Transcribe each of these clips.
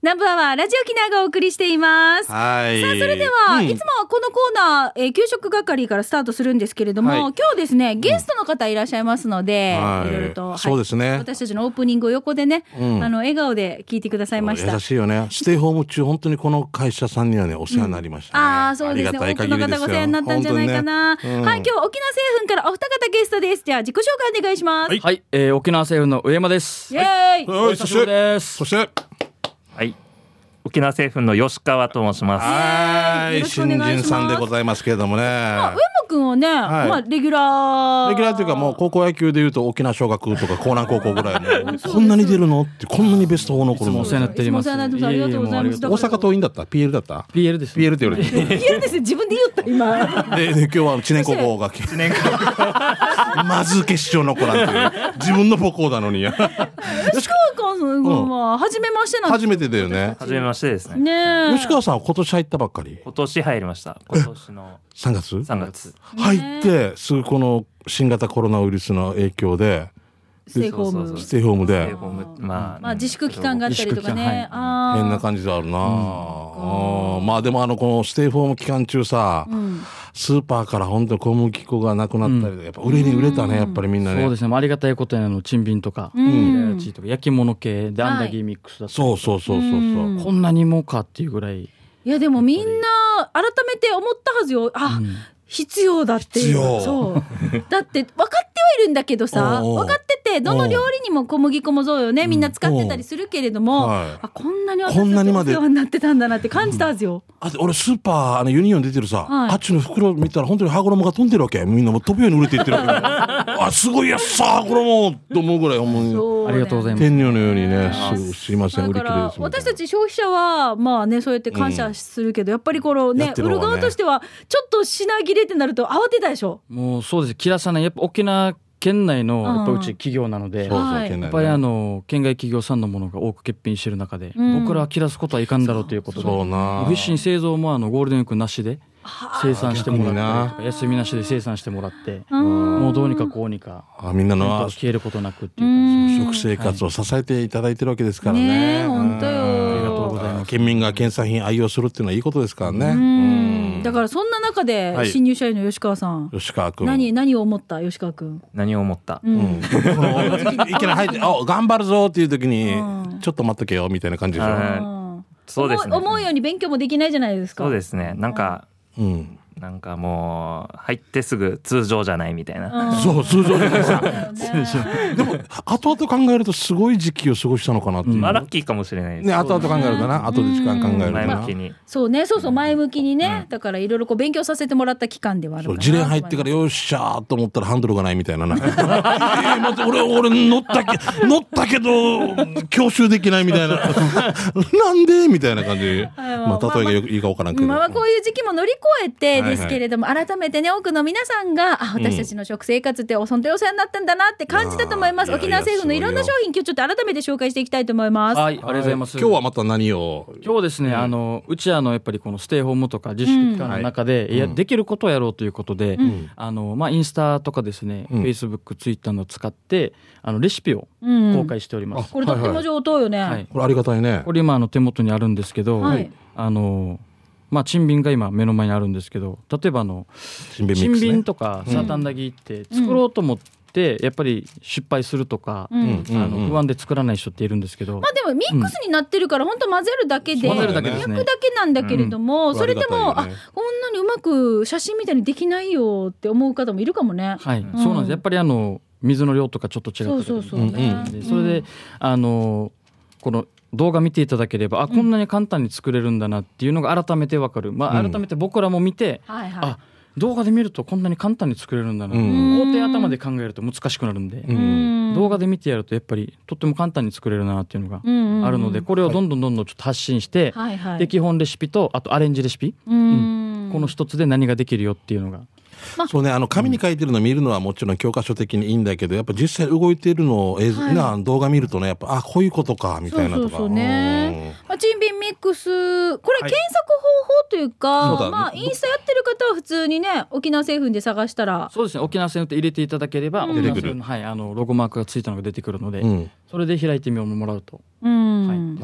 南部アワーラジオキナがお送りしています。 はい。 さあそれでは、いつもはこのコーナー、給食係からスタートするんですけれども、今日ですねゲストの方いらっしゃいますので、いろいろと、 そうですね、 私たちのオープニングを横でね、笑顔で聞いてくださいました。 優しいよね。ステイホーム中本当にこの会社さんにはねお世話になりましたね。 ああそうですね、多くの方がお世話になったんじゃないかな、はい。今日沖縄製粉からお二方ゲストです。じゃあ自己紹介お願いします。 はい、沖縄製粉の上山です。 イエーイ。 お久しぶりです。 そしてはい、沖縄製粉の吉川と申します。 はい、新人さんでございますけれどもね。上山くんはね、レギュラーというかもう高校野球でいうと沖縄小学とか江南高校ぐらいのこんなに出るのってこんなにベスト4残るの。 お世話になっております。 ありがとうございます。 大阪桐蔭だった PL だった PL です。 PL って言われて PL です。自分で言った今。 で今日は知念高校がまず決勝残らんという自分の母校なのに。 吉川君は初めましてなんです。 初めてだよね。 初めましてですね。 吉川さんは今年入ったばっかり。 今年入りました。今年の3月入ってすぐこの新型コロナウイルスの影響でステイホームでまあ自粛期間があったりとかね、 変な感じであるな。まあでもこのステイホーム期間中さ、スーパーから本当に小麦粉がなくなったりでやっぱ売れたね、やっぱりみんなね。 そうですね、ありがたいことに賃瓶とか焼き物系でアンダギーミックスだったり、 そうこんなにもかっていうぐらい。 いやでもみんな改めて思ったはずよ。必要だっていう。そうだって分かってはいるんだけどさ、分かっててどの料理にも小麦粉もそうよね、みんな使ってたりするけれども、こんなに私たちお世話になってたんだなって感じたはずよ。 俺スーパーユニオン出てるさ、あっちの袋見たら本当に羽衣が飛んでるわけ。みんなもう飛ぶように売れていってるわけ。すごいやっさ羽衣と思うぐらいありがとうございます。 天女のようにね、すいません、売り切れです。 私たち消費者はまあねそうやって感謝するけど、やっぱりこのね売る側としてはちょっと品切れってなると慌てたでしょ。 もうそうです。切らさない。やっぱ沖縄県内のやっぱうち企業なので、やっぱり県外企業さんのものが多く欠品してる中で、僕らは切らすことはいかんだろうということで、必死に製造もゴールデンウィークなしで生産してもらったりとか、休みなしで生産してもらって、もうどうにかこうにかみんなの消えることなくっていう感じ。 食生活を支えていただいてるわけですからね。 本当よ。 ありがとうございます。 県民が県産品愛用するっていうのはいいことですからね。 だからそんな中で新入社員の吉川さん、 吉川君何を思った吉川君。 何を思った、 いきなり入って頑張るぞっていう時にちょっと待っとけよみたいな感じでしょ。 そうですね。 思うように勉強もできないじゃないですか。 そうですね。なんかもう入ってすぐ通常じゃないみたいな。 そう通常じゃないさ。でも後々考えるとすごい時期を過ごしたのかなっていう。 ラッキーかもしれないですね。後々考えるかな。後で時間考えるかな。 前向きに。 そうね、そう前向きにね。だからいろいろ勉強させてもらった期間ではあるかな。 自連入ってからよっしゃーと思ったらハンドルがないみたいな。待って俺乗ったけど教習できないみたいな。なんでみたいな感じ。例えがいいか分からんけど。 こういう時期も乗り越えてですけれども、改めてね多くの皆さんが私たちの食生活って本当にお世話になったんだなって感じたと思います。沖縄製粉のいろんな商品今日ちょっと改めて紹介していきたいと思います。 はい、ありがとうございます。 今日はまた何を。 今日ですね、うちやっぱりこのステイホームとか自粛期間の中で、できることをやろうということで、インスタとかですね、フェイスブック、ツイッターの使ってレシピを公開しております。 これとっても上等よね。 これありがたいね。 これ今手元にあるんですけど、賃瓶が今目の前にあるんですけど、例えば賃瓶とかサーターアンダギーって作ろうと思ってやっぱり失敗するとか、不安で作らない人っているんですけど、 でもミックスになってるから本当混ぜるだけで、焼くだけなんだけれども、それでもこんなにうまく写真みたいにできないよって思う方もいるかもね。 はい、そうなんです。やっぱり水の量とかちょっと違ってる。それでこの動画見ていただければこんなに簡単に作れるんだなっていうのが改めてわかる。改めて僕らも見て、動画で見るとこんなに簡単に作れるんだな、工程頭で考えると難しくなるんで、動画で見てやるとやっぱりとっても簡単に作れるなっていうのがあるので、これをどんどんちょっと発信して、で基本レシピとあとアレンジレシピ、この一つで何ができるよっていうのが。 そうね、紙に書いてるのを見るのはもちろん教科書的にいいんだけど、やっぱ実際動いているのを動画見るとね、やっぱこういうことかみたいなとか。 そうね。チンビンミックス、これ検索方法というか、インスタやってる方は普通にね沖縄製粉で探したら、 そうですね、沖縄製粉って入れていただければ、沖縄製粉のロゴマークがついたのが出てくるので、それで開いてもらうと。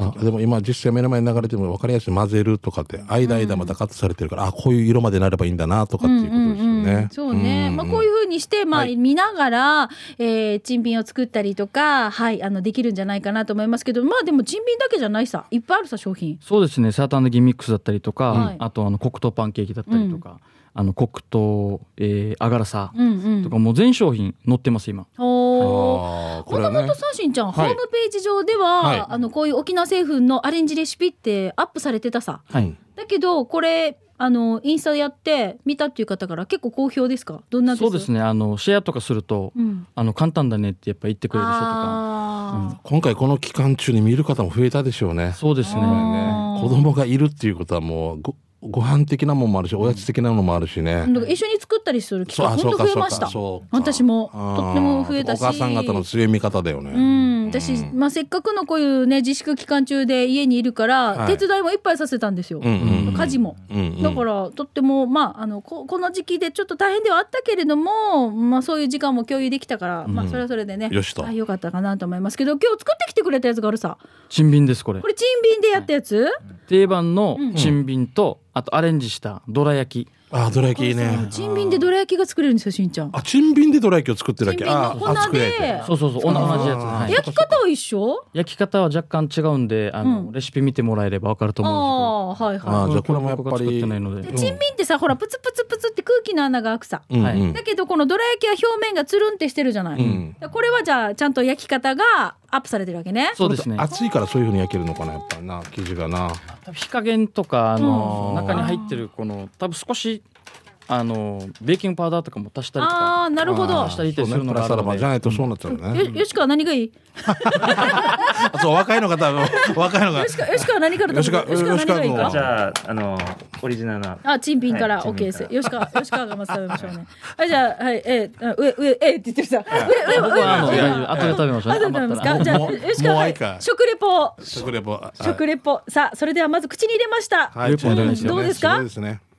でも今実際目の前に流れても分かりやすい混ぜるとかって間またカットされてるから、こういう色までなればいいんだなとかっていうことですよね。 そうね、こういう風にして、見ながら、珍品を作ったりとか、できるんじゃないかなと思いますけど、でも珍品だけじゃないさ、いっぱいあるさ商品。 そうですね、サーターアンダギーミックスだったりとか、あと黒糖パンケーキだったりとか、黒糖、アガラサとか、もう全商品載ってます今。 もともとさしんちゃん、ホームページ上では、こういう沖縄製粉のアレンジレシピってアップされてたさ、だけどこれインスタでやって見たっていう方から結構好評ですか？どんなです？ そうですね、シェアとかすると、簡単だねってやっぱ言ってくれる人とか、 今回この期間中に見る方も増えたでしょうね。 そうですね。 子供がいるっていうことはもうご飯的なものもあるし、おやつ的なものもあるしね。 一緒に作ったりする機会本当増えました。私もとっても増えたし、 お母さん方の強い味方だよね。 私、せっかくのこういうね自粛期間中で家にいるから、手伝いもいっぱいさせたんですよ。家事も。だからとってもこの時期でちょっと大変ではあったけれども、そういう時間も共有できたから、それはそれでね、よかったかなと思いますけど、今日作ってきてくれたやつがあるさ。 珍品です。これ珍品でやったやつ？ 定番の珍品と、あとアレンジしたどら焼き。 どら焼きいいね。 珍品でどら焼きが作れるんですよ、しんちゃん。 珍品でどら焼きを作ってるだけ。 珍品の粉で。 そう同じやつ。 焼き方は一緒？ 焼き方は若干違うんで、レシピ見てもらえれば分かると思うんですけど。 じゃあこれもやっぱり珍品ってさ、ほらプツプツプツって空気の穴が開くさ。だけどこのどら焼きは表面がつるんってしてるじゃない。これはじゃあちゃんと焼き方がアップされてるわけね。 そうですね。 熱いからそういう風に焼けるのかな、やっぱりな、生地がな。 火加減とか中に入ってるこの多分少しベーキングパウダーとかも足したりとか。 なるほど。 足したりするのがあるので。 じゃないとそうなっちゃうね。 よしかは何がいい？ そう、若いの方、若いのが。 よしかは何からだ？よしかは何がいいか？ じゃあオリジナルな。 珍品から OK です。よしかがまず食べましょうね。じゃあ上って言ってるさ。 僕は後で食べましょう。 後で食べますか？じゃあよしか食レポ。さあそれではまず口に入れました。どうですか？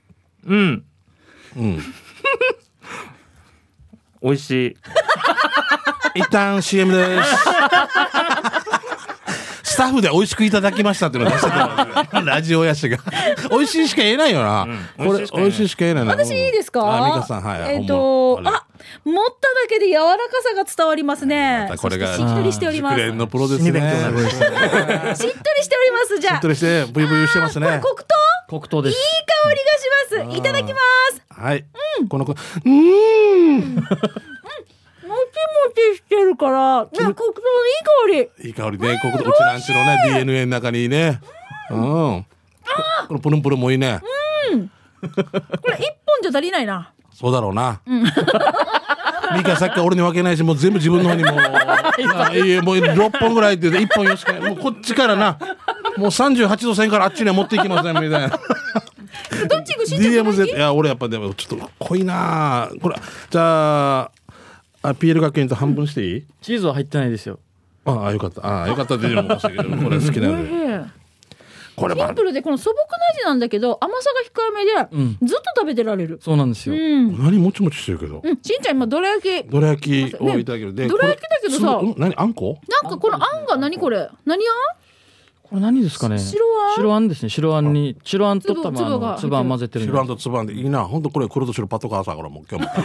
美味しい。 一旦 CM です。スタッフで美味しくいただきましたっていうのを出してくるラジオやしが美味しいしか言えないよな。これ美味しいしか言えないな。 私いいですか？ ミカさん、 持っただけで柔らかさが伝わりますね。 これがしっとりしております。 熟練のプロですね。しっとりしております。じゃあしっとりしてブイブイしてますね。 黒糖です。 いい香りがします。いただきます。 はい。このもちもちしてるから黒糖のいい香りね。黒糖、うちなんちのね DNA の中にね。このプルンプルンもいいね。 これ1本じゃ足りないな。 そうだろうな。ミカさっきから俺に分けないし、もう全部自分の方にもうもう6本ぐらいって1本よしかもうこっちからな、もう38度線からあっちには持っていきませんみたいな。 どっちがしんちゃん DMZ いや俺やっぱでもちょっと濃いな。これじゃあPL 学園と半分していい？ チーズは入ってないですよ。 よかった。よかったって言うのも欲しいけど、これ好きなので。 これシンプルでこの素朴な味なんだけど甘さが控えめで、ずっと食べてられる。 そうなんですよ。 何もちもちしてるけど。 しんちゃん今どら焼きをいただける。 どら焼きだけどさ、 何あんこ？ なんかこのあんが何これ？何あん？ これ何ですかね。白あんですね。白あんに白あんと粒あん混ぜてる。 白あんと粒あんでいいな。本当これ黒と白パトカーさこれもう今日も。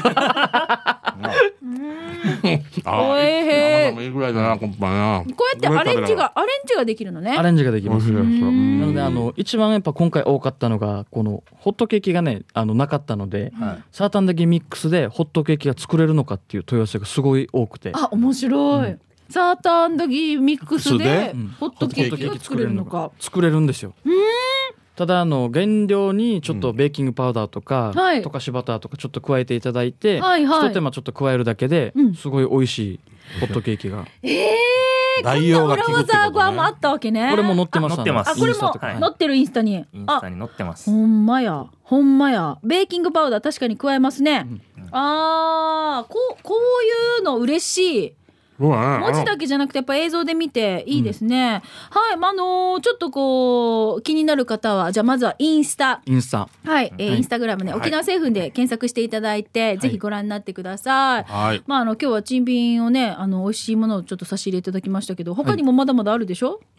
おいへいいぐらいだな、こうやってアレンジができるのね。 アレンジができます。なので一番やっぱ今回多かったのがこのホットケーキがねなかったので、サーターアンダギーミックスでホットケーキが作れるのかっていう問い合わせがすごい多くて。 面白い。サーターアンダギーミックスでホットケーキが作れるのか。 作れるんですよ。ただ原料にちょっとベーキングパウダーとか、溶かしバターとかちょっと加えていただいて、一手間ちょっと加えるだけで、すごい美味しいホットケーキが。 代用が効くってことね。 裏技もあったわけね。 これも載ってます。 載ってます。 これも載ってるインスタに。 インスタに載ってます。 ほんまや。ベーキングパウダー確かに加えますね。こういうの嬉しい。文字だけじゃなくてやっぱ映像で見ていいですね。はい、ちょっとこう気になる方はじゃあまずはインスタはい、インスタグラムね、沖縄製粉で検索していただいて、ぜひご覧になってください。今日は珍品をね美味しいものをちょっと差し入れいただきましたけど、他にもまだまだあるでしょ？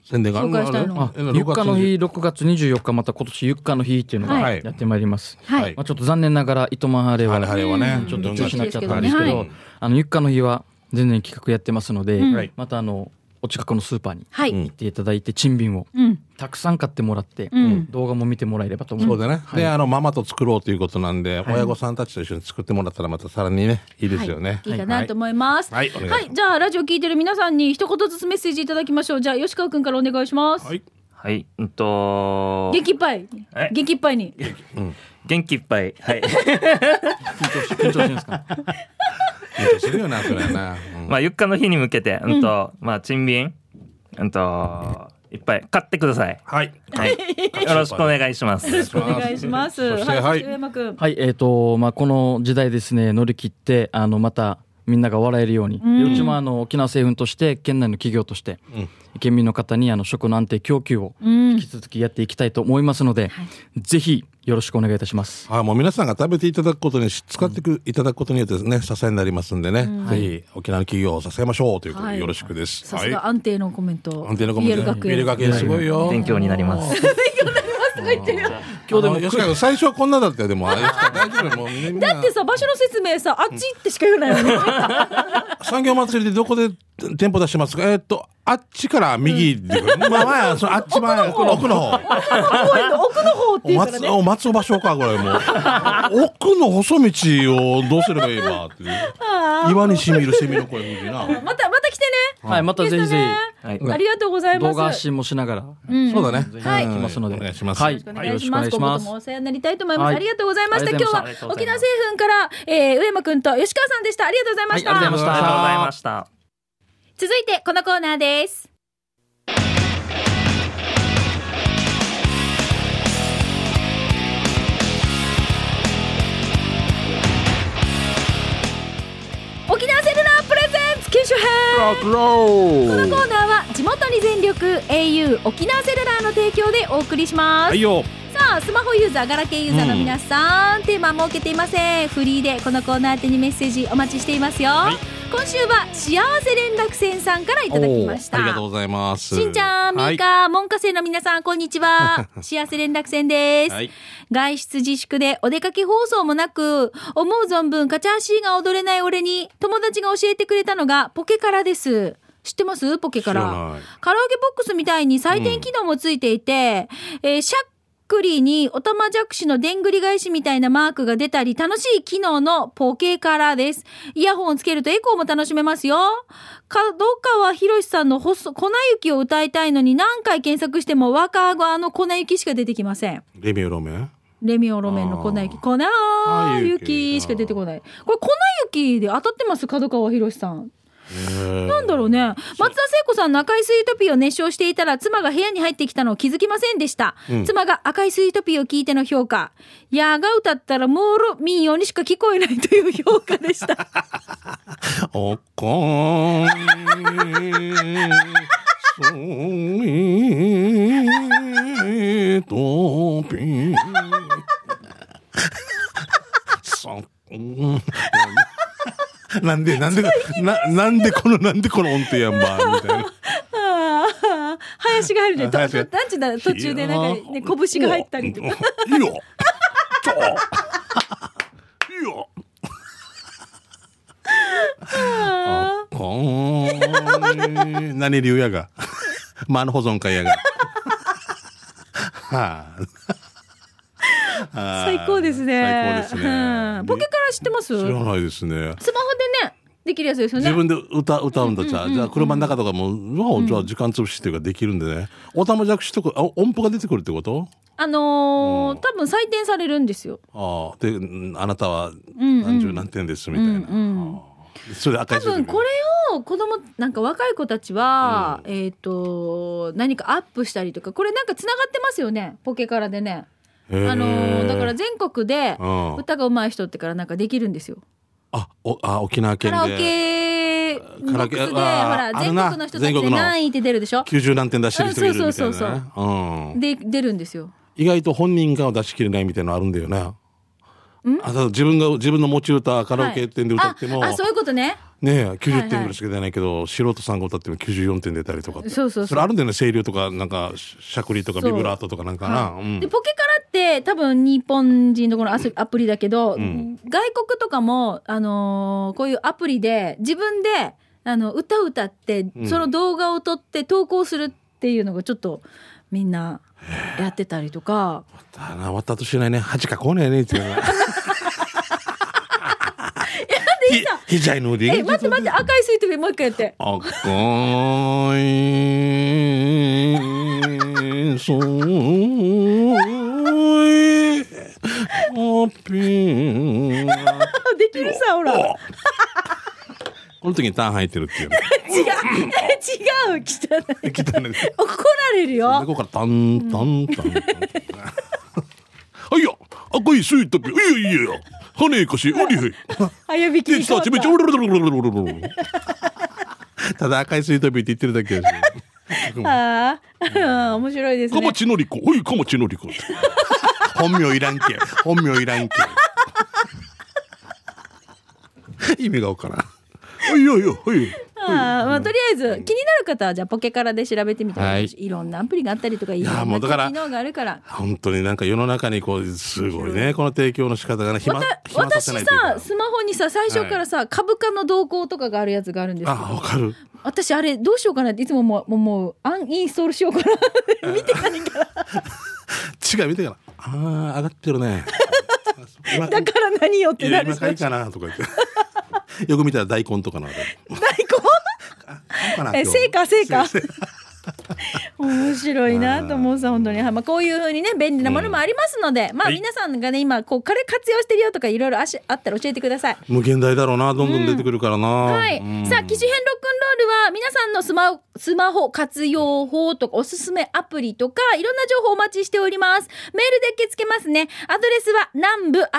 宣伝がある紹介したいのゆっかの日6月24日また今年ゆっかの日っていうのがはいやってまいります、 はいまあ、ちょっと残念ながら糸満晴れは晴れはねちょっと中止になっちゃったんですけど、 はいゆっかの日は全然企画やってますので、 うんまたお近くのスーパーにはい、 行っていただいて珍品をうんたくさん買ってもらって、 うん動画も見てもらえればと思います。 そうだね、でママと作ろうということなんで、親御さんたちと一緒に作ってもらったらまたさらにねいいですよね、 いいかなと思います。 はいお願いしますじゃあラジオ聞いてる皆さんに一言ずつメッセージいただきましょう。じゃあ吉川くんからお願いします。 はいはい元気いっぱいえ元気いっぱいに。 元気いっぱいはい緊張してるんですか。 緊張するよなそれはな、 まあゆっかの日に向けてまあ珍品いっぱい買ってください。 はいはい、よろしくお願いします。 よろしくお願いします。 そしてはい上山くん。 はい、まあ、この時代ですね乗り切ってまたみんなが笑えるように、うちも沖縄製粉として県内の企業として、県民の方に食の安定供給を引き続きやっていきたいと思いますので、ぜひよろしくお願いいたします。 もう皆さんが食べていただくことに使っていただくことによってね支えになりますんでね、ぜひ沖縄の企業を支えましょうということでよろしくです。 さすが安定のコメント。 安定のコメント BL 学園すごいよ。 勉強になります。 今日でも吉川君最初はこんなだったよ。でも大丈夫もうみんなだってさ場所の説明さあっちってしか言わないのに。 産業祭りでどこで店舗出してますか。あっちから右で、まあそのあっち前奥の方奥の方っていうからね。 松尾芭蕉かこれもう奥の細道をどうすればいいかっていう岩にしみるセミの声風にな。 また来てね。 はい、またぜひぜはいありがとうございひます。 動画発信もしながら、 そうだね。 はい来ますので、 お願いします。 はい、 よろしくお願いします。今後ともお世話になりたいと思います。 はいありがとうございました。 あり今日はがとうございました沖縄製粉から、上山くんと吉川さんでした。ありがとうございました。 はいありがとうございましたありがとうございました。 続いてこのコーナーです。沖縄セルラープレゼンツ九州編。このコーナーは地元に全力 au 沖縄セルラーの提供でお送りします。 はいよ。 さあスマホユーザーガラケーユーザーの皆さん、テーマ設けていません。フリーでこのコーナー宛てにメッセージお待ちしていますよ、今週は幸せ連絡船さんからいただきました。 ありがとうございます。 しんちゃん、みーか、門下生の皆さんこんにちは。幸せ連絡船です、 はい外出自粛でお出かけ放送もなく、思う存分カチャーシーが踊れない俺に友達が教えてくれたのがポケカラです。知ってますポケカラ。 知らない。 カラオケボックスみたいに採点機能もついていて、シャックリにおたまじゃくしのでんぐり返しみたいなマークが出たり楽しい機能のポケカラです。イヤホンをつけるとエコーも楽しめますよ。角川博さんの粉雪を歌いたいのに何回検索しても若川の粉雪しか出てきません。 レミオロメン。 レミオロメンの粉雪。粉雪しか出てこない。これ粉雪で当たってます角川博さん。なんだろうね。松田聖子さんの赤いスイートピーを熱唱していたら妻が部屋に入ってきたのを気づきませんでした、妻が赤いスイートピーを聞いての評価、やが歌ったらモール民謡にしか聞こえないという評価でしたおこんスイートピーなんでこの音程やんばみたいな。 林が入るね。 林がなんちゅうんだ途中でなんかね拳が入ったりとか。 いいよ。いいよ。何流やが。間の保存会やが。 最高ですね。 最高ですね。 ポケから知ってます？ 知らないですね。 スマホでねできるやつですよね。 自分で歌うんだじゃあ車の中とかもじゃあ時間潰しっていうかできるんでね。おたまじゃくしとか音符が出てくるってこと？ 多分採点されるんですよ。 であなたは何十何点ですみたいな。それ赤い。 多分これを子供なんか若い子たちは何かアップしたりとかこれなんかつながってますよねポケカラでね。だから全国で歌が上手い人ってからなんかできるんですよ。 沖縄県でカラオケボックスでほら全国の人たちで何位って出るでしょ。 90何点出してる人いるみたいなね。 で出るんですよ。 意外と本人が出しきれないみたいなのあるんだよね。 自分の持ち歌カラオケ店で歌っても、 そういうことね。 ねえ90点ぐらいしか出ないけど、素人さんが歌っても94点出たりとかって。 そうそれあるんだよね。声量とかなんかしゃくりとかビブラートとかなんかな。 でポケカラって多分日本人のこのアプリだけど、外国とかもこういうアプリで自分で歌を歌ってその動画を撮って投稿するっていうのがちょっとみんなやってたりとか。 終わったとしないね。恥かこうねえっていうのは。ひじゃいので。 待って赤いスイートビーもう一回やって。 赤いそうできるさほら。 この時にターン入ってるっていう。 違う汚い。怒られるよ。 ここからタンタンタンタン。はいや赤いスイートピーいや羽かしおりへ早引きに変わった。 ただ赤いスイートピーって言ってるだけです。 面白いですね。 かまちのりこかまちのりこ本名いらんけ意味がわからん。とりあえず気になる方はじゃあポケカラで調べてみて、いろんなアプリがあったりとかいろんな機能があるから、 本当になんか世の中にこうすごいねこの提供の仕方がね。 私さスマホにさ最初からさ、株価の動向とかがあるやつがあるんですけど、 わかる。 私あれどうしようかなっていつももうアンインストールしようかな見てないから見てから上がってるねだから何よってなる。 今買いかなとか言ってよく見たら大根とかの成果面白いなと思うさ本当に。こういう風にね便利なものもありますので、皆さんがね今こうこれ活用してるよとかいろいろあったら教えてください。 無限大だろうな、どんどん出てくるからな。 さあ機種編ロックンロールは皆さんのスマホ活用法とかおすすめアプリとかいろんな情報お待ちしております。メールで受け付けますね。アドレスは南部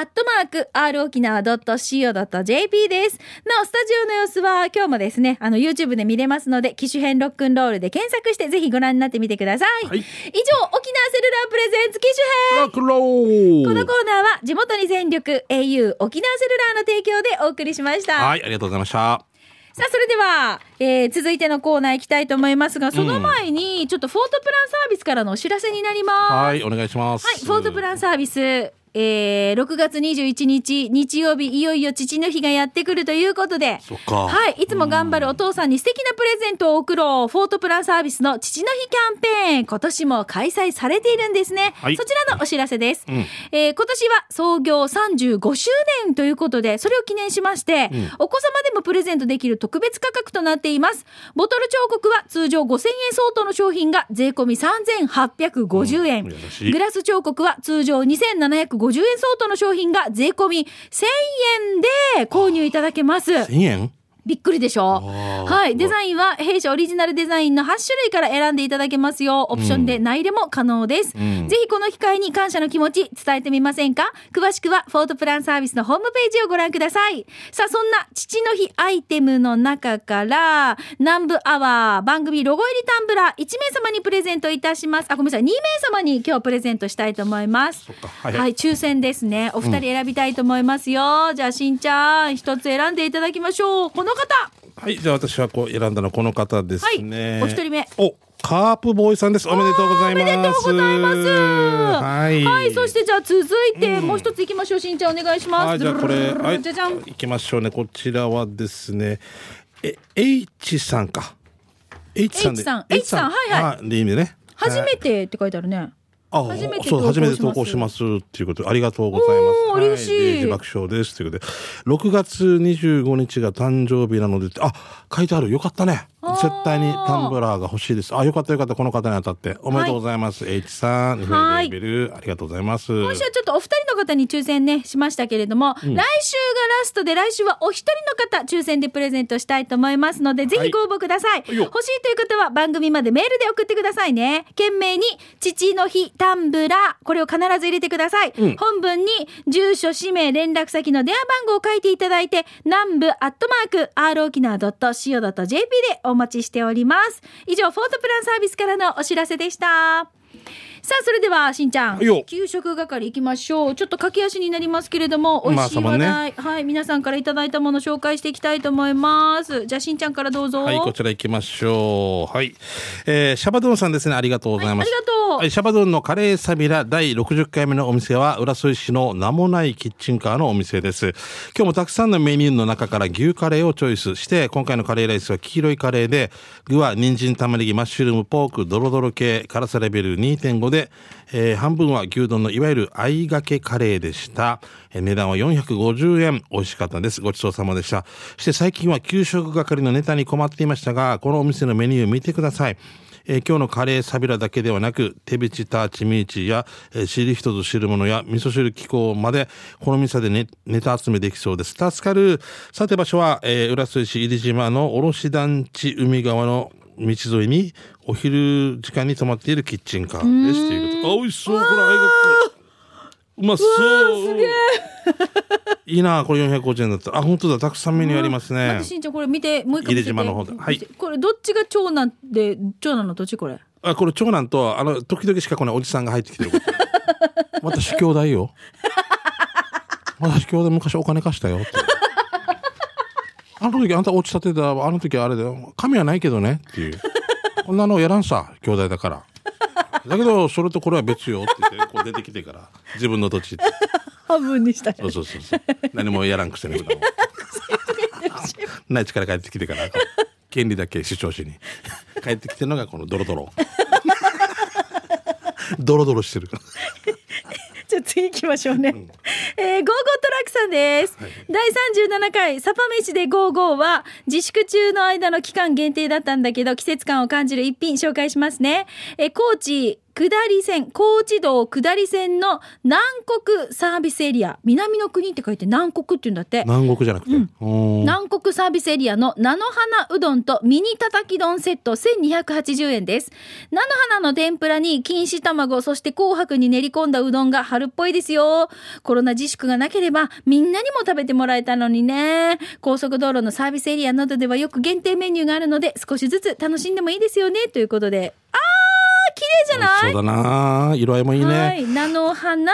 @rokinawa.co.jp です。なおスタジオの様子は今日もですねYouTube で見れますので、機種編ロックンロールで検索してぜひご覧になってみてください。以上、沖縄セルラープレゼンツ機種編ロックンロール。 このコーナーは地元に全力 au 沖縄セルラーの提供でお送りしました。 はい、ありがとうございました。 さあそれでは、続いてのコーナー行きたいと思いますが、その前にちょっとフォートプランサービスからのお知らせになります。 はい、お願いします。 はい、フォートプランサービス、6月21日日曜日いよいよ父の日がやってくるということで、 そっか、 はい、いつも頑張るお父さんに素敵なプレゼントを贈ろうフォートプランサービスの父の日キャンペーン、今年も開催されているんですね、はい、そちらのお知らせです、今年は創業35周年ということで、それを記念しまして、お子様でもプレゼントできる特別価格となっています。ボトル彫刻は通常5000円相当の商品が税込み3850円、グラス彫刻は通常2750円相当の商品が税込み1000円で購入いただけます。 1000円？ びっくりでしょ。はい、デザインは弊社オリジナルデザインの8種類から選んでいただけますよ。オプションで内入れも可能です、ぜひこの機会に感謝の気持ち伝えてみませんか。詳しくはフォートプランサービスのホームページをご覧ください。さあそんな父の日アイテムの中から南部アワー番組ロゴ入りタンブラー1名様にプレゼントいたします。ごめんなさい、2名様に今日プレゼントしたいと思います。はい、抽選ですね。お二人選びたいと思いますよ、じゃあしんちゃん一つ選んでいただきましょう。この方。 はい、じゃあ私はこう選んだのはこの方ですね、 はい、お一人目カープボーイさんです。おめでとうございます。 おめでとうございます。 はい、 はい、そしてじゃあ続いてもう一ついきましょう。しんちゃんお願いします。 はい、じゃあこれ、はい、 じゃじゃん、 いきましょうね。こちらはですねH さんか H さんで H さんはいはい、 でいいね。 初めてって書いてあるね。初めて投稿しますっていうことでありがとうございます。 嬉しい。 自爆笑ですということで6月25日が誕生日なので書いてある。よかったね。絶対にタンブラーが欲しいです。よかったよかった。この方に当たっておめでとうございます、はい、H さん、 はい、 レベルありがとうございます。 今週はちょっとお二人の方に抽選ねしましたけれども、来週がラストで来週はお一人の方抽選でプレゼントしたいと思いますので、ぜひご応募ください、欲しいという方は番組までメールで送ってくださいね。懸命に父の日タンブラー、これを必ず入れてください、本文に住所氏名連絡先の電話番号を書いていただいて南部@rokinawa.co.jp でお待ちしております。以上フォートプランサービスからのお知らせでした。 さあそれではしんちゃんよ給食係行きましょう。ちょっと駆け足になりますけれども、美味しい話題、はい、皆さんからいただいたものを紹介していきたいと思います。じゃあしんちゃんからどうぞ。 はい、こちら行きましょう。はい、シャバドゥンさんですね、ありがとうございます。 はい、ありがとう。 はい、シャバドゥンのカレーサビラ第60回目のお店は浦添市の名もないキッチンカーのお店です。今日もたくさんのメニューの中から牛カレーをチョイスして、今回のカレーライスは黄色いカレーで、具は人参、玉ねぎ、マッシュルーム、ポーク、ドロドロ系、辛さレベル 2.5 で、半分は牛丼のいわゆる合いがけカレーでした。値段は450円。美味しかったです。ごちそうさまでした。そして最近は給食係のネタに困っていましたが、このお店のメニューを見てください。今日のカレーサビラだけではなく、手びちターチミーチや、知る人ぞ知るものや味噌汁機構までこの店でネタ集めできそうです。助かる。さて場所は、浦添市入島の卸団地海側の道沿いにお昼時間に泊まっているキッチンカーですということ。あ、美味しそう。これ合いがうまそう。 すげえ。 いいな、これ450円だったら。あ、本当だ、たくさんメニューありますね。 しんちゃんこれ見て、もう一回見て。 入島の方で。はい。 これどっちが長男で、長男のどっちこれ。 あ、これ長男と時々しか来ないおじさんが入ってきてる。私兄弟よ。私兄弟昔お金貸したよって。あの時あんた落ちたてだ、あの時あれだよ。神はないけどねっていう。こんなのやらんさ、兄弟だから。だけどそれとこれは別よって言ってこう出てきてから自分の土地って半分にしたそう何もやらんくせに普段ない力帰ってきてから権利だけ主張しに帰ってきてるのがこのドロドロドロドロしてるじゃあ次行きましょうね、ゴーゴートラックさんです、はい、第37回サパ飯でゴーゴーは自粛中の間の期間限定だったんだけど季節感を感じる一品紹介しますね。高知下り線、高知道下り線の南国サービスエリア、南の国って書いて南国って言うんだって。 南国じゃなくて、 南国サービスエリアの菜の花うどんとミニたたき丼セット1280円です。菜の花の天ぷらに錦糸卵、そして紅白に練り込んだうどんが春っぽいですよ。コロナ自粛がなければみんなにも食べてもらえたのにね。高速道路のサービスエリアなどではよく限定メニューがあるので少しずつ楽しんでもいいですよねということで、綺麗じゃない？ そうだな、色合いもいいね。 はい、菜の花、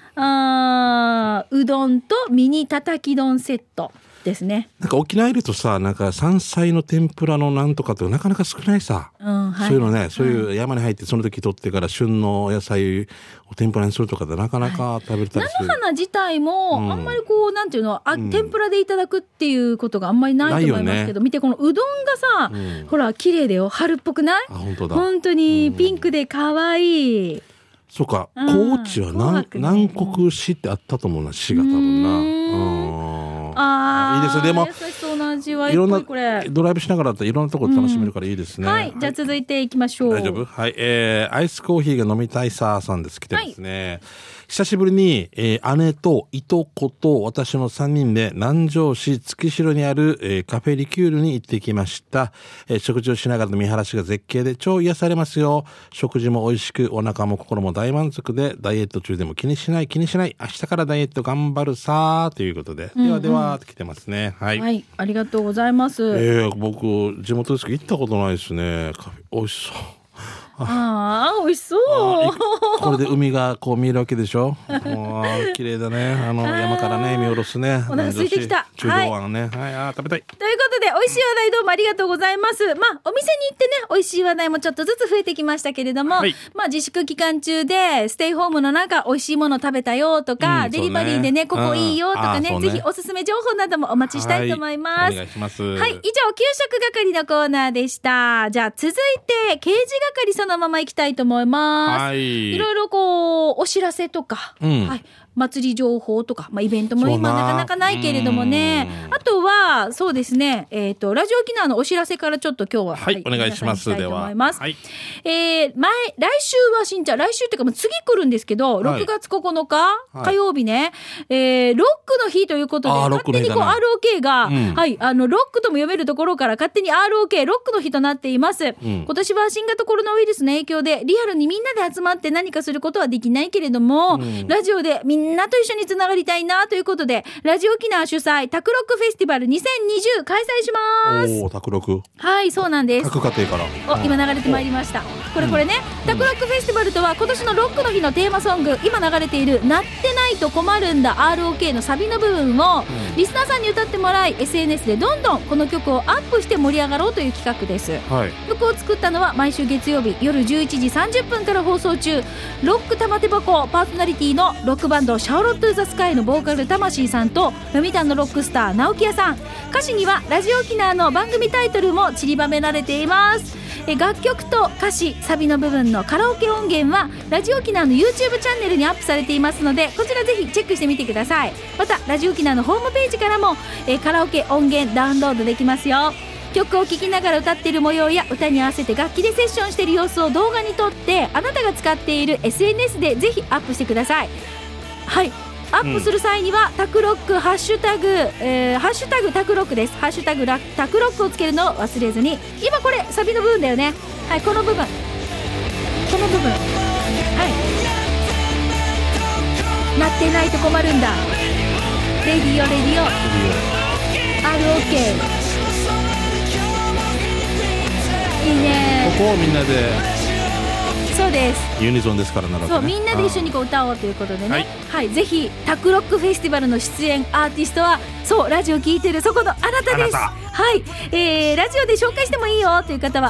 うどんとミニたたき丼セットですね。 なんか沖縄いるとさ、なんか山菜の天ぷらのなんとかってなかなか少ないさ、はい、そういうのね、そういう山に入ってその時取ってから旬の野菜を天ぷらにするとかでなかなか食べれたりする。 菜の花自体もあんまりこう、なんていうの、天ぷらでいただくっていうことがあんまりないと思いますけど、見てこのうどんがさ、ほら綺麗だよ、春っぽくない？ あ、本当だ。 本当にピンクで可愛い。 そうか、高知は南国市ってあったと思うな、市が多分な。いいです。でもいろんなドライブしながらだったらいろんなところ楽しめるからいいですね。 はい、じゃあ続いていきましょう。 大丈夫？はい、アイスコーヒーが飲みたいさーさんです。来てますね。久しぶりに、姉といとこと私の3人で南城市月城にある、カフェリキュールに行ってきました。食事をしながらの見晴らしが絶景で超癒されますよ。食事も美味しくお腹も心も大満足で、ダイエット中でも気にしない明日からダイエット頑張るさーということで、ではではって来てますね。はい、 はい、ありがとうございます。 僕地元ですけど行ったことないですね。カフェ美味しそう。 ああ、美味しそう。 これで海がこう見えるわけでしょ。綺麗だね。山からね見下ろすね。 お腹空いてきた。 中央湾ね。はい、食べたい。 ということで美味しい話題どうもありがとうございます。お店に行ってね、美味しい話題もちょっとずつ増えてきましたけれども、自粛期間中でステイホームの中美味しいもの食べたよとか、デリバリーでねここいいよとかね、ぜひおすすめ情報などもお待ちしたいと思います。 お願いします。 はい、以上給食係のコーナーでした。じゃあ続いて刑事係そのまま行きたいと思います。いろいろこうお知らせとか、はい、祭り情報とか、イベントも今なかなかないけれどもね、あとはそうですね、ラジオ沖縄のお知らせからちょっと今日は、 お願いします。では、 来週はしんちゃん、来週っていうか次来るんですけど、6月9日、火曜日ね、ロックの日ということで、勝手にこう ROK が、はい、ロックとも読めるところから勝手に ROK ロックの日となっています。今年は新型コロナウイルスの影響でリアルにみんなで集まって何かすることはできないけれども、ラジオでみんんなと一緒につながりたいなということで、ラジオ沖縄主催タクロックフェスティバル2020開催します。 おー、タクロク。 はい、そうなんです。 各家庭から今流れてまいりました。これね、タクロックフェスティバルとは今年のロックの日のテーマソング、今流れているなってないと困るんだ ROK のサビの部分をリスナーさんに歌ってもらい、 SNS でどんどんこの曲をアップして盛り上がろうという企画です。 はい、 曲を作ったのは毎週月曜日夜11時30分から放送中、ロック玉手箱パーソナリティのロックバンドシャオロット・ゥ・ザ・スカイのボーカル魂さんと読谷のロックスター直木屋さん、歌詞にはラジオ沖縄の番組タイトルも散りばめられています。楽曲と歌詞サビの部分のカラオケ音源はラジオ沖縄の YouTube チャンネルにアップされていますので、こちらぜひチェックしてみてください。またラジオ沖縄のホームページからもカラオケ音源ダウンロードできますよ。曲を聴きながら歌っている模様や歌に合わせて楽器でセッションしている様子を動画に撮って、あなたが使っている SNS でぜひアップしてください。はい、アップする際には、タクロックハッシュタグタクロックです。ハッシュタグタクロックをつけるのを忘れずに。今これサビの部分だよね。はい、この部分はい、なってないと困るんだレディオROK、いいね。 ここをみんなで、 そうです、 ユニゾンですからなるわけね。 そう、みんなで一緒にこう歌おうということでね、はい、ぜひタクロックフェスティバルの出演アーティストは、そう、ラジオ聞いてるそこのあなたです。はい、ラジオで紹介してもいいよという方は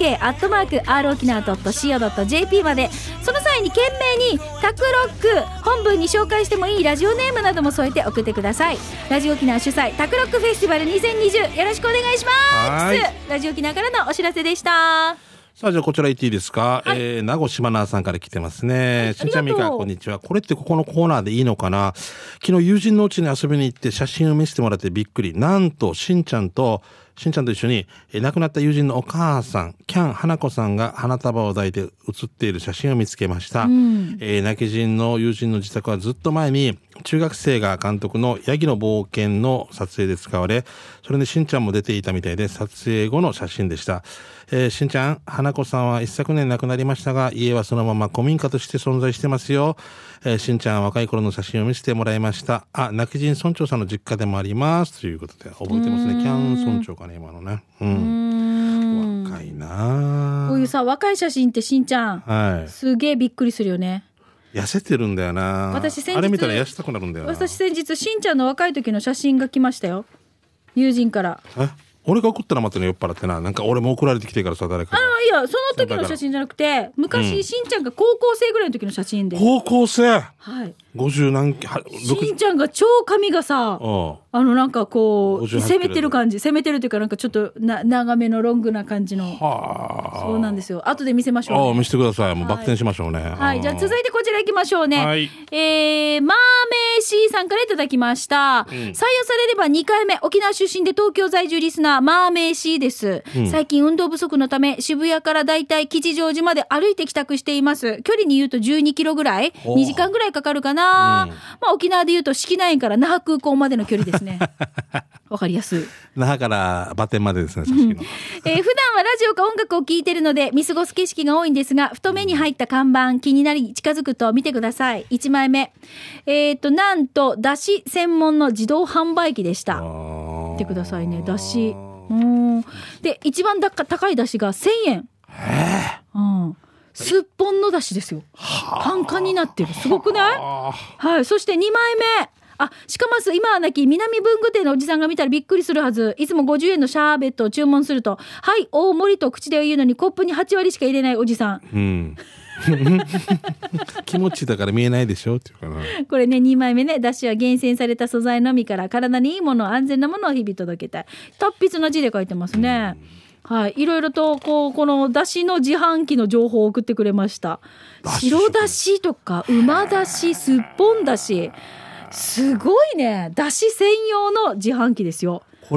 ROK@rokinawa.co.jp まで。その際に懸命にタクロック本文に紹介してもいいラジオネームなども添えて送ってください。ラジオ沖縄主催タクロックフェスティバル2020、よろしくお願いします。ラジオ沖縄からのお知らせでした。 さあ、じゃあこちら行っていいですか。はい、名護島名さんから来てますね。しんちゃんみか、こんにちは。これってここのコーナーでいいのかな。昨日友人の家に遊びに行って写真を見せてもらってびっくり。なんとしんちゃんと一緒に亡くなった友人のお母さんキャン花子さんが花束を抱いて写っている写真を見つけました。亡き人の友人の自宅はずっと前に中学生が監督のヤギの冒険の撮影で使われ、それでしんちゃんも出ていたみたいで、撮影後の写真でした。しんちゃん、花子さんは一昨年亡くなりましたが、家はそのまま古民家として存在してますよ。しんちゃん、若い頃の写真を見せてもらいました。亡き人村長さんの実家でもありますということで、覚えてますね。キャン村長かね、今のね。若いな。 こういうさ、若い写真ってしんちゃん、はい、すげえびっくりするよね。 痩せてるんだよな。 私先日、 あれ見たら痩せたくなるんだよな。 私先日しんちゃんの若い時の写真が来ましたよ、友人から。 俺が送ったらまたね、酔っ払ってな、なんか俺も送られてきてからさ、誰か。 いや、その時の写真じゃなくて、昔、しんちゃんが高校生ぐらいの時の写真で。 高校生、 はい、 50何期、 しんちゃんが超髪がさ、なんかこう攻めてる感じ、攻めてるというか、なんかちょっと長めのロングな感じの。そうなんですよ。後で見せましょう、ね。 見せてください。もうバク転しましょうね。 はい、じゃあ続いてこちら行きましょうね。マーメイシーさんからいただきました。採用されれば2回目、沖縄出身で東京在住リスナーマーメイシーです。最近運動不足のため渋谷からだいたい吉祥寺まで歩いて帰宅しています。距離に言うと12キロぐらい、2時間ぐらいかかるかな。まあ沖縄で言うと四季内から那覇空港までの距離ですね。わかりやすい。 那覇からバテンまでですね。さっきの普段はラジオか音楽を聴いているので見過ごす景色が多いんですが、ふと目に入った看板気になり近づくと見てください。1枚目、なんとだし専門の自動販売機でした。見てくださいね、だし。で一番高いだしが1000円。すっぽんのだしですよ。カンカンになってる。すごくない？はい。そして2枚目。しかも今はなき南文具店のおじさんが見たらびっくりするはず。いつも50円のシャーベットを注文すると、はい、大盛りと口で言うのにコップに8割しか入れないおじさん。 気持ちだから見えないでしょっていうかな。 これね、2枚目ね、だしは厳選された素材のみから体にいいもの、安全なものを日々届けたい。達筆な字で書いてますね。はい、いろいろとこのだしの自販機の情報を送ってくれました。白だしとか馬だし、すっぽんだし、すごいね。だし専用の自販機ですよ。 これ買っ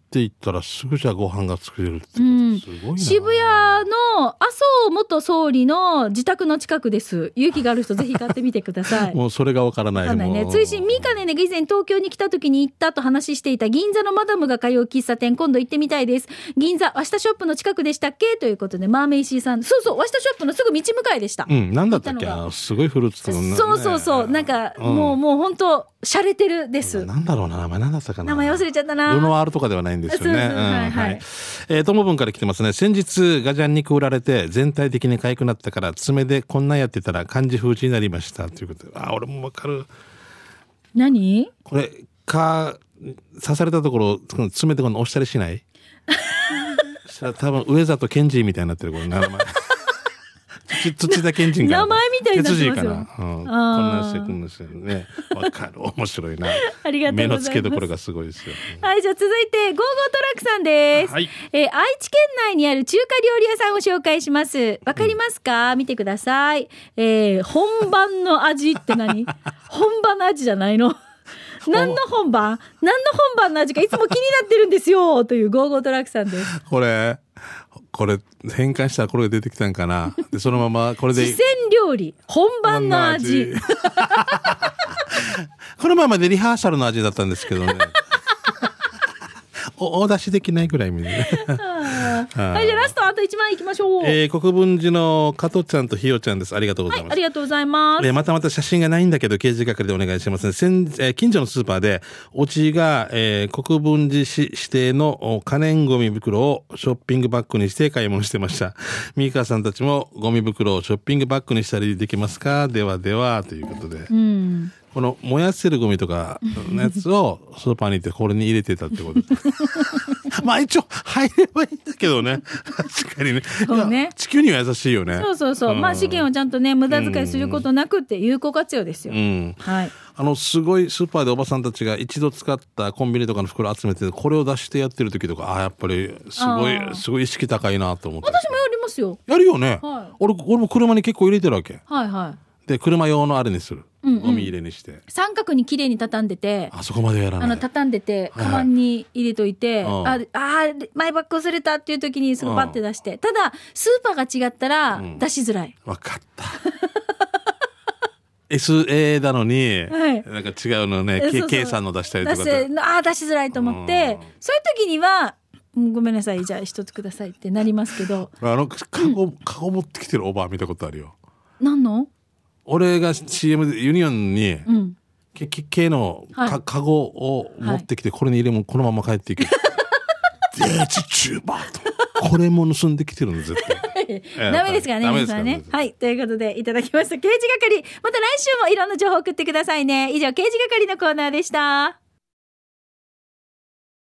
って行ったらすぐじゃあご飯が作れるってこと、すごいな。 渋谷の麻生元総理の自宅の近くです。勇気がある人ぜひ買ってみてください。 もうそれがわからない。 わかんないね。追伸ミカネねが以前東京に来た時に行ったと話していた銀座のマダムが通う喫茶店、今度行ってみたいです。銀座和下ショップの近くでしたっけということで、マーメイシーさん、そうそう、和下ショップのすぐ道向かいでした。 なんだったっけ、すごいフルーツとか、ね、 そうなんか、もう本当洒落てるです。 なんだろうな、名前なんだったかな。 名前忘れちゃったな。 ルノワールとかではないんですよね。ともぶんから来てますね。先日ガジャンにく売られて全体的に痒くなったから爪でこんなんやってたら漢字封じになりましたということで、俺もわかる。 何これ刺されたところ爪でこの押したりしないしたら多分上里健二みたいになってる、これ名前土田健人かな、 名前みたいになってますよ。 鉄人かな、こんなしてくんですよね。わかる、面白いな。 ありがとうございます。 目の付けどころがすごいですよ。 はい、じゃあ続いてゴーゴートラックさんです。愛知県内にある中華料理屋さんを紹介します。わかりますか？見てください。本番の味って何？本場の味じゃないの？何の本番の味かいつも気になってるんですよというゴーゴートラックさんです。 これ変換したらこれが出てきたんかな。でそのままこれで四川料理本番の味このままでリハーサルの味だったんですけどねお出しできないぐらいみたいなはい、じゃあラストあと1枚いきましょう。 国分寺の加藤ちゃんとひよちゃんです。ありがとうございます。 はい、ありがとうございます。 また写真がないんだけど掲示係でお願いしますね。近所のスーパーでおじが、国分寺市指定の可燃ゴミ袋をショッピングバッグにして買い物してました。ミーカーさんたちもゴミ袋をショッピングバッグにしたりできますか？ではではということで、この燃やせるゴミとかのやつをスーパーに行ってこれに入れてたってことまあ一応入ればいいんだけどね。確かにね。そうね。地球には優しいよね。 そう、まあ資源をちゃんとね無駄遣いすることなくって有効活用ですよ。はい。 すごいスーパーでおばさんたちが一度使ったコンビニとかの袋集めてこれを出してやってる時とか、やっぱりすごい意識高いなと思って。 私もやりますよ。 やるよね。はい、俺も車に結構入れてるわけ。 はいはい。で車用のあれにする。ゴミ入れにして三角にきれいに畳んでて、 そこまでやらない。 畳んでてカバンに入れといて、マイバッグ忘れたっていう時にすぐパッて出して、ただスーパーが違ったら出しづらい。 わかったSA なのに、なんか違うのね、K さんの出したりとか出しづらいと思って、そういう時にはごめんなさい、じゃあ一つくださいってなりますけど、 カゴ持ってきてるおばあ見たことあるよ。 何の？ 俺が CM でユニオンに、K のカゴを持ってきて、これに入れもこのまま帰っていく。デーチチューバーと。これも盗んできてるの絶対。 ダメですからね、皆さんね。はい、ということでいただきました。刑事係、また来週もいろんな情報を送ってくださいね。以上、刑事係のコーナーでした。